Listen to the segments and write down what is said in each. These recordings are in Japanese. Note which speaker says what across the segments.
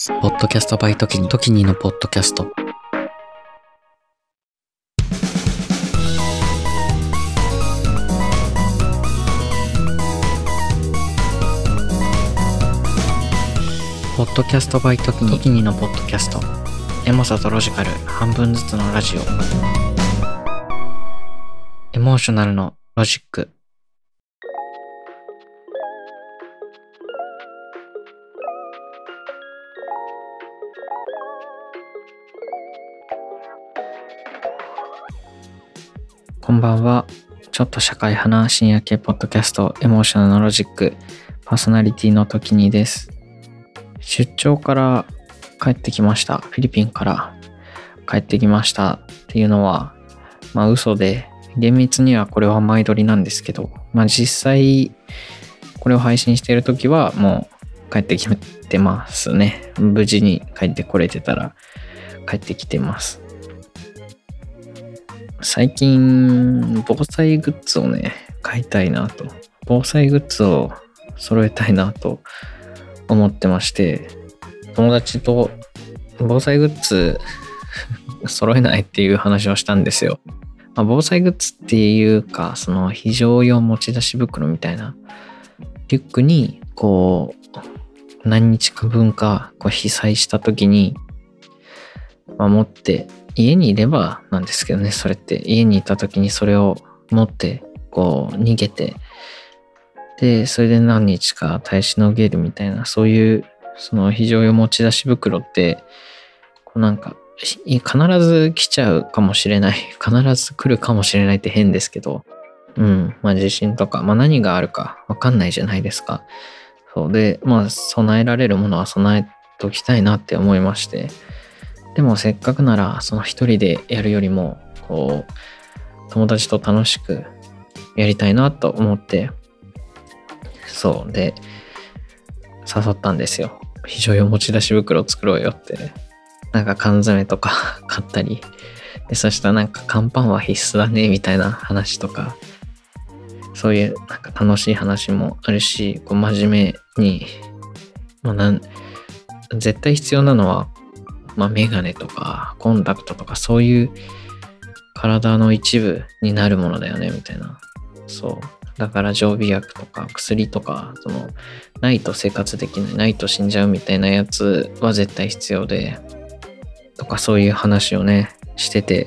Speaker 1: ポッドキャストバイトキニ、トキニのポッドキャスト。ポッドキャストバイトキニ、トキニのポッドキャスト。エモさとロジカル半分ずつのラジオ。エモーショナルのロジック。こんばんは。ちょっと社会派な深夜系ポッドキャストエモーショナルのロジックパーソナリティのトキニです。出張から帰ってきました。フィリピンから帰ってきましたっていうのは嘘で、厳密にはこれは前撮りなんですけど、実際これを配信している時はもう帰ってきてますね。無事に帰ってこれてたら帰ってきてます。最近防災グッズをね買いたいなと、防災グッズを揃えたいなと思ってまして、友達と防災グッズ揃えないっていう話をしたんですよ。防災グッズっていうか、その非常用持ち出し袋みたいなリュックにこう何日か分か被災した時に持って、家にいればなんですけどね、それって家にいた時にそれを持って逃げて、でそれで何日か耐えしのげるみたいな、そういうその非常用持ち出し袋って必ず来ちゃうかもしれない、必ず来るかもしれないって変ですけど、地震とか何があるか分かんないじゃないですか。そうで備えられるものは備えときたいなって思いまして、でもせっかくならその一人でやるよりも友達と楽しくやりたいなと思って、そうで誘ったんですよ。非常用持ち出し袋を作ろうよって。缶詰とか買ったりで、そしたら乾パンは必須だねみたいな話とか、そういう楽しい話もあるし、真面目に絶対必要なのはメガネとかコンタクトとか、そういう体の一部になるものだよねみたいな。そうだから常備薬とか薬とか、ないと生活できない、ないと死んじゃうみたいなやつは絶対必要でとか、そういう話をねしてて、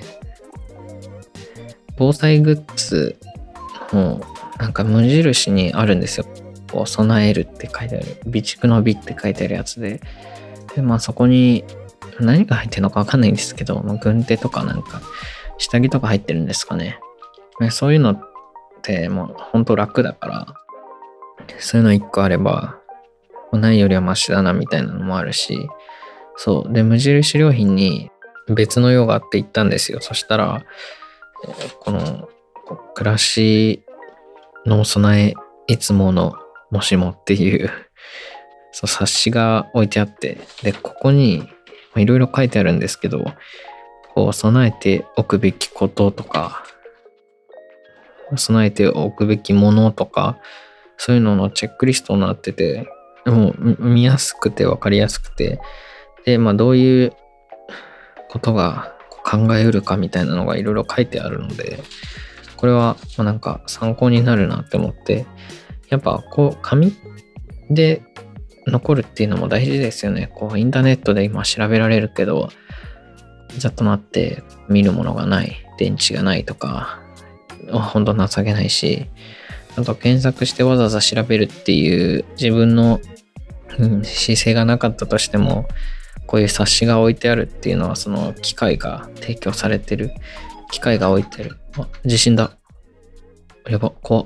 Speaker 1: 防災グッズも無印にあるんですよ。備えるって書いてある、備蓄の備って書いてあるやつで、そこに何が入ってるのか分かんないんですけど、軍手とか下着とか入ってるんですかね。そういうのってもうほんと楽だから、そういうの1個あればないよりはマシだなみたいなのもあるし、そうで無印良品に別の用があって行ったんですよ。そしたらこの暮らしの備えいつものもしもっていう冊子が置いてあって、でここにいろいろ書いてあるんですけど、備えておくべきこととか、備えておくべきものとか、そういうののチェックリストになってて、もう見やすくて分かりやすくて、でどういうことが考えうるかみたいなのがいろいろ書いてあるので、これは参考になるなって思って、やっぱ紙で残るっていうのも大事ですよね。インターネットで今調べられるけど、ざっとなって見るものがない、電池がないとか本当情けないし、あと検索してわざわざ調べるっていう自分の姿勢がなかったとしても、こういう冊子が置いてあるっていうのは、その機械が提供されてる、機械が置いてる。地震だ。やば、怖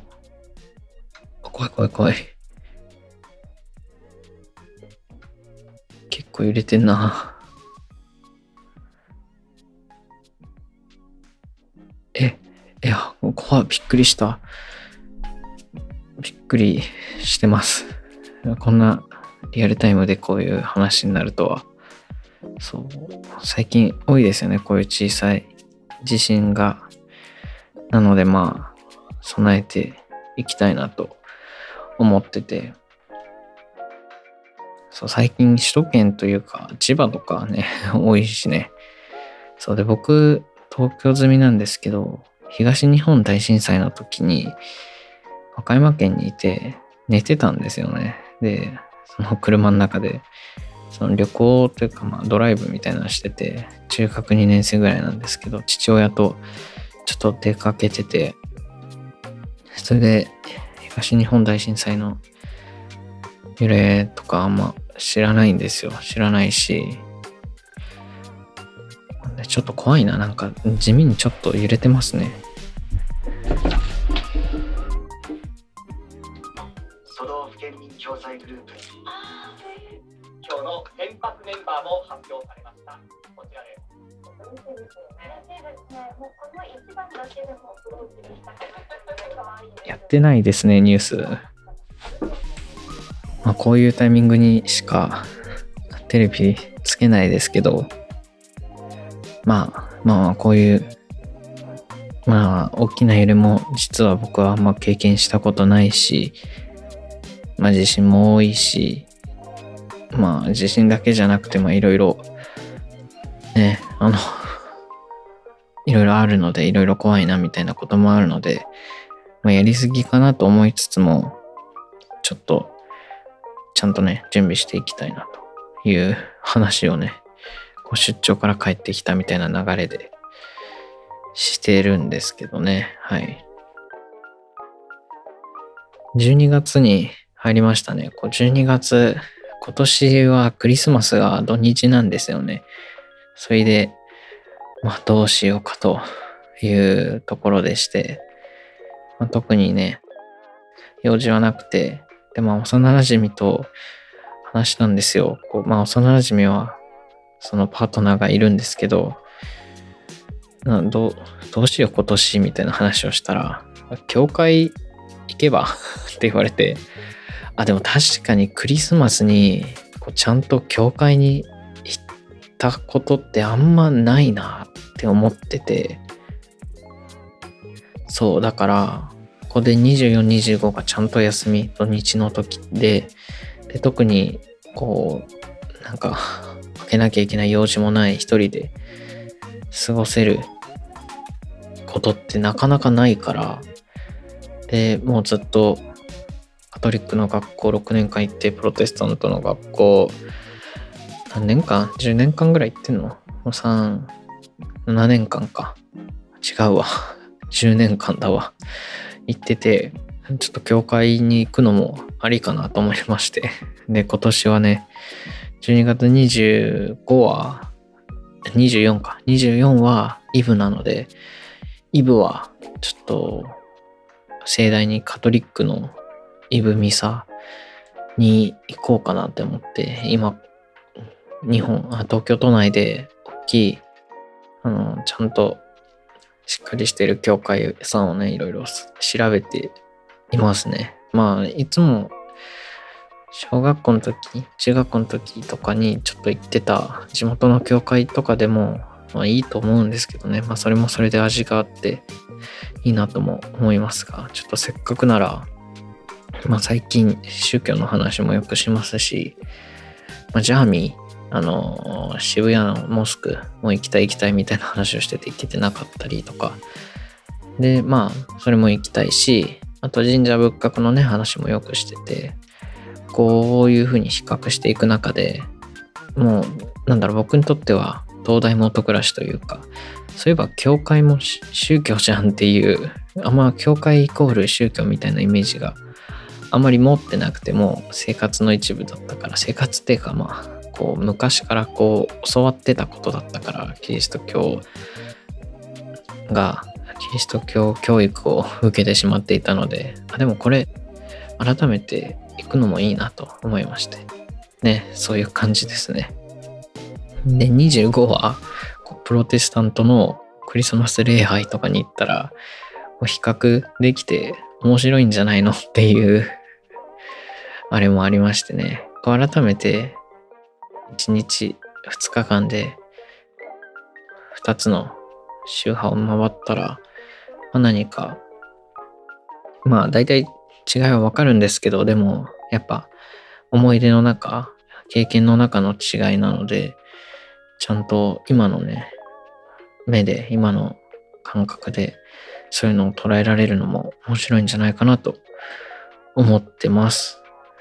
Speaker 1: い。結構揺れてんな。怖い、びっくりした。びっくりしてます。こんなリアルタイムでこういう話になるとは。そう最近多いですよね、こういう小さい地震が。なので備えていきたいなと思ってて、 そう、最近首都圏というか、千葉とかね、多いしね。そうで、僕、東京住みなんですけど、東日本大震災の時に、和歌山県にいて、寝てたんですよね。で、その車の中で、その旅行というか、ドライブみたいなのしてて、中学2年生ぐらいなんですけど、父親とちょっと出かけてて、それで、東日本大震災の揺れとかあんま知らないんですよ。知らないし、ちょっと怖いな。なんか地味にちょっと揺れてますね。
Speaker 2: 都道府県民共済グループ、今日の先発メンバーも発表されました。こちらです。
Speaker 1: やってないですね、ニュース。こういうタイミングにしかテレビつけないですけど、こういう大きな揺れも実は僕はあんま経験したことないし、地震も多いし、地震だけじゃなくていろいろね、いろいろあるので、いろいろ怖いなみたいなこともあるので、やりすぎかなと思いつつも、ちょっとちゃんとね、準備していきたいなという話をね、出張から帰ってきたみたいな流れでしてるんですけどね。はい。12月に入りましたね。12月、今年はクリスマスが土日なんですよね。それで、どうしようかというところでして、特にね、用事はなくて、で、幼馴染と話したんですよ。幼馴染は、そのパートナーがいるんですけど、どうしよう今年みたいな話をしたら、教会行けばって言われて、でも確かにクリスマスにちゃんと教会に行ったことってあんまないなって思ってて、そうだからここで24、25がちゃんと休み、土日の時で特に開けなきゃいけない用事もない一人で過ごせることってなかなかないから、でもうずっとカトリックの学校6年間行って、プロテスタントの学校何年間 ?10 年間ぐらい行ってんの？もう7年間か。違うわ。10年間だわ。行ってて、ちょっと教会に行くのもありかなと思いまして。で、今年はね、12月25は、24か。24はイブなので、イブはちょっと盛大にカトリックのイブミサに行こうかなって思って、今、東京都内で大きい、ちゃんとしっかりしてる教会さんをね、いろいろ調べていますね。いつも小学校の時、中学校の時とかにちょっと行ってた地元の教会とかでも、いいと思うんですけどね。それもそれで味があっていいなとも思いますが、ちょっとせっかくなら、最近宗教の話もよくしますし、ジャーミー、渋谷のモスクも行きたいみたいな話をしてて行けてなかったりとかで、それも行きたいし、あと神社仏閣のね話もよくしてて、こういう風に比較していく中で、もう僕にとっては東大元暮らしというか、そういえば教会も宗教じゃんっていう、教会イコール宗教みたいなイメージがあまり持ってなくても生活の一部だったから、生活っていうか昔から教わってたことだったから、キリスト教教育を受けてしまっていたので、でもこれ改めて行くのもいいなと思いましてね、そういう感じですね。で、25はプロテスタントのクリスマス礼拝とかに行ったら比較できて面白いんじゃないのっていうあれもありましてね、改めて1日2日間で2つの宗派を回ったら、何か大体違いはわかるんですけど、でもやっぱ思い出の中、 経験の中の違いなので、ちゃんと今のね、目で、今の感覚で、そういうのを捉えられるのも面白いんじゃないかなと思ってます。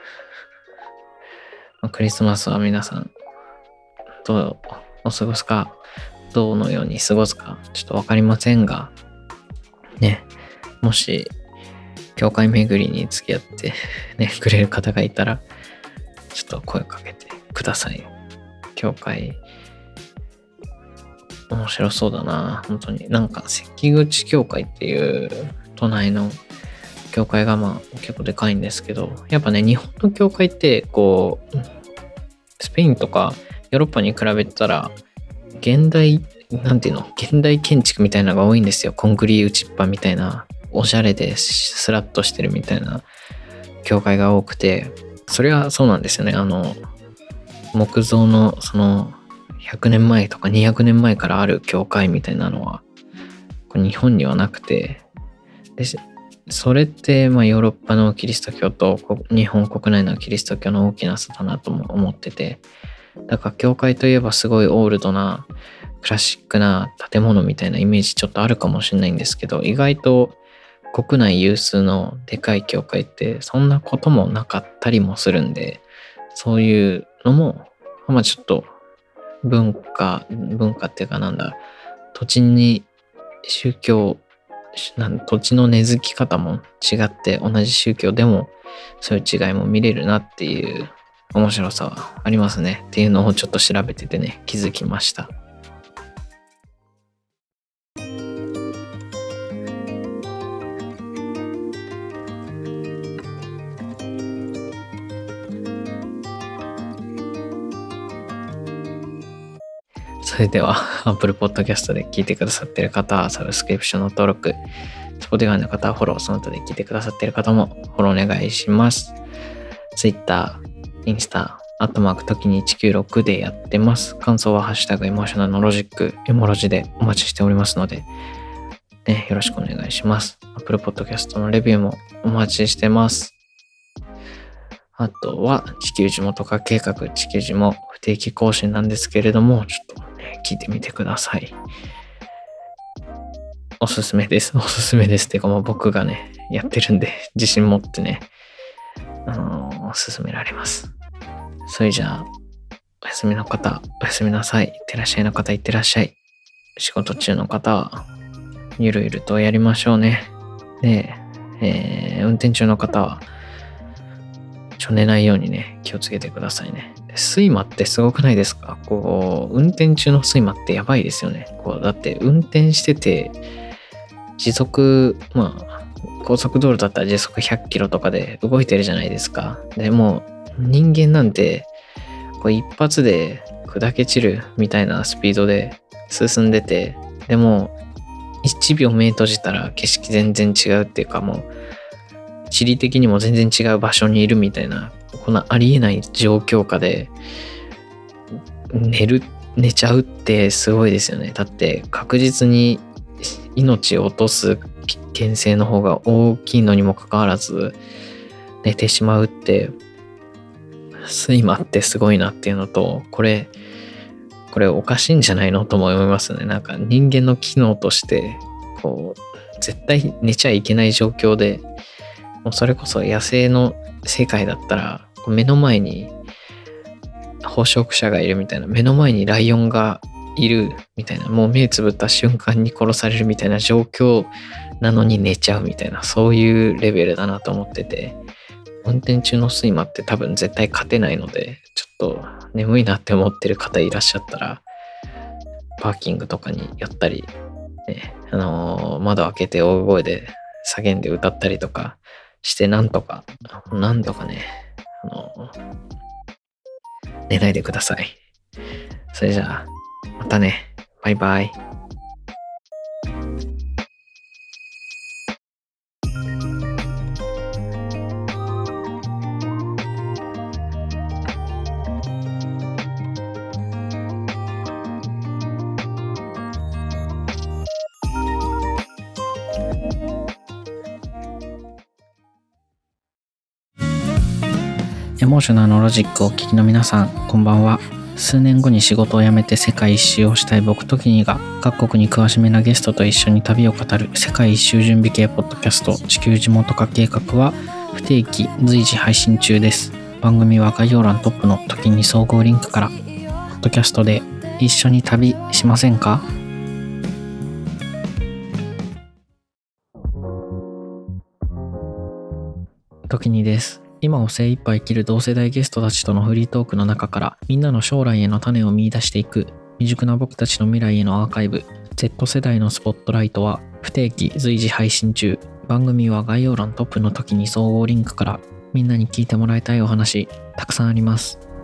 Speaker 1: クリスマスは皆さん、どうお過ごすか、どのように過ごすか、ちょっとわかりませんが、ね、もし、教会巡りに付き合ってね、くれる方がいたら、ちょっと声かけてください。教会、面白そうだな、本当に。なんか、関口教会っていう都内の教会が結構でかいんですけど、やっぱね、日本の教会ってこう、スペインとかヨーロッパに比べたら、現代建築みたいなのが多いんですよ。コンクリ打ちっぱみたいな、おしゃれでスラッとしてるみたいな教会が多くて、それはそうなんですよね。木造のその100年前とか200年前からある教会みたいなのは日本にはなくて、でそれってヨーロッパのキリスト教と日本国内のキリスト教の大きな差だなとも思ってて、だから教会といえばすごいオールドなクラシックな建物みたいなイメージちょっとあるかもしれないんですけど、意外と国内有数のでかい教会ってそんなこともなかったりもするんで、そういうのもちょっと文化っていうか土地に宗教土地の根付き方も違って、同じ宗教でもそういう違いも見れるなっていう面白さはありますねっていうのをちょっと調べててね、気づきました。それでは Apple Podcast で聞いてくださっている方はサブスクリプションの登録、Spotify の方はフォロー、その他で聞いてくださっている方もフォローお願いします。Twitter、インスタ、時に196でやってます。感想はハッシュタグエモーショナルのロジック、エモロジでお待ちしておりますので、ね、よろしくお願いします。Apple Podcast のレビューもお待ちしてます。あとは地球地元化計画、地球地も不定期更新なんですけれども、ちょっと聞いてみてください。おすすめですっていうか僕がねやってるんで自信持ってね勧められます。それじゃあお休みの方おやすみなさい、いってらっしゃいの方いってらっしゃい、仕事中の方はゆるゆるとやりましょうね。で、運転中の方は寝ないようにね気をつけてくださいね。睡魔ってすごくないですか？運転中の睡魔ってやばいですよね。だって運転してて時速高速道路だったら時速100キロとかで動いてるじゃないですか。でも人間なんて一発で砕け散るみたいなスピードで進んでて、でも1秒目閉じたら景色全然違うっていうか、地理的にも全然違う場所にいるみたいな、こんなありえない状況下で寝ちゃうってすごいですよね。だって確実に命を落とす危険性の方が大きいのにもかかわらず寝てしまうって、睡魔ってすごいなっていうのと、これおかしいんじゃないのとも思いますね。なんか人間の機能として絶対寝ちゃいけない状況で、もうそれこそ野生の世界だったら目の前に捕食者がいるみたいな、目の前にライオンがいるみたいな、もう目つぶった瞬間に殺されるみたいな状況なのに寝ちゃうみたいな、そういうレベルだなと思ってて、運転中の睡魔って多分絶対勝てないので、ちょっと眠いなって思ってる方いらっしゃったらパーキングとかに寄ったり、ね、窓開けて大声で叫んで歌ったりとかしてなんとかね寝ないでください。それじゃあまたね、バイバイ。 エモーショナルのロジックをお聞きの皆さん、こんばんは。数年後に仕事を辞めて世界一周をしたい僕ときにが、各国に詳しめなゲストと一緒に旅を語る世界一周準備系ポッドキャスト、地球地元化計画は不定期随時配信中です。番組は概要欄トップの時に総合リンクから、ポッドキャストで一緒に旅しませんか？時にです。今を精一杯生きる同世代ゲストたちとのフリートークの中からみんなの将来への種を見出していく未熟な僕たちの未来へのアーカイブ Z 世代のスポットライトは不定期随時配信中。番組は概要欄トップの時に総合リンクからみんなに聞いてもらいたいお話たくさんあります。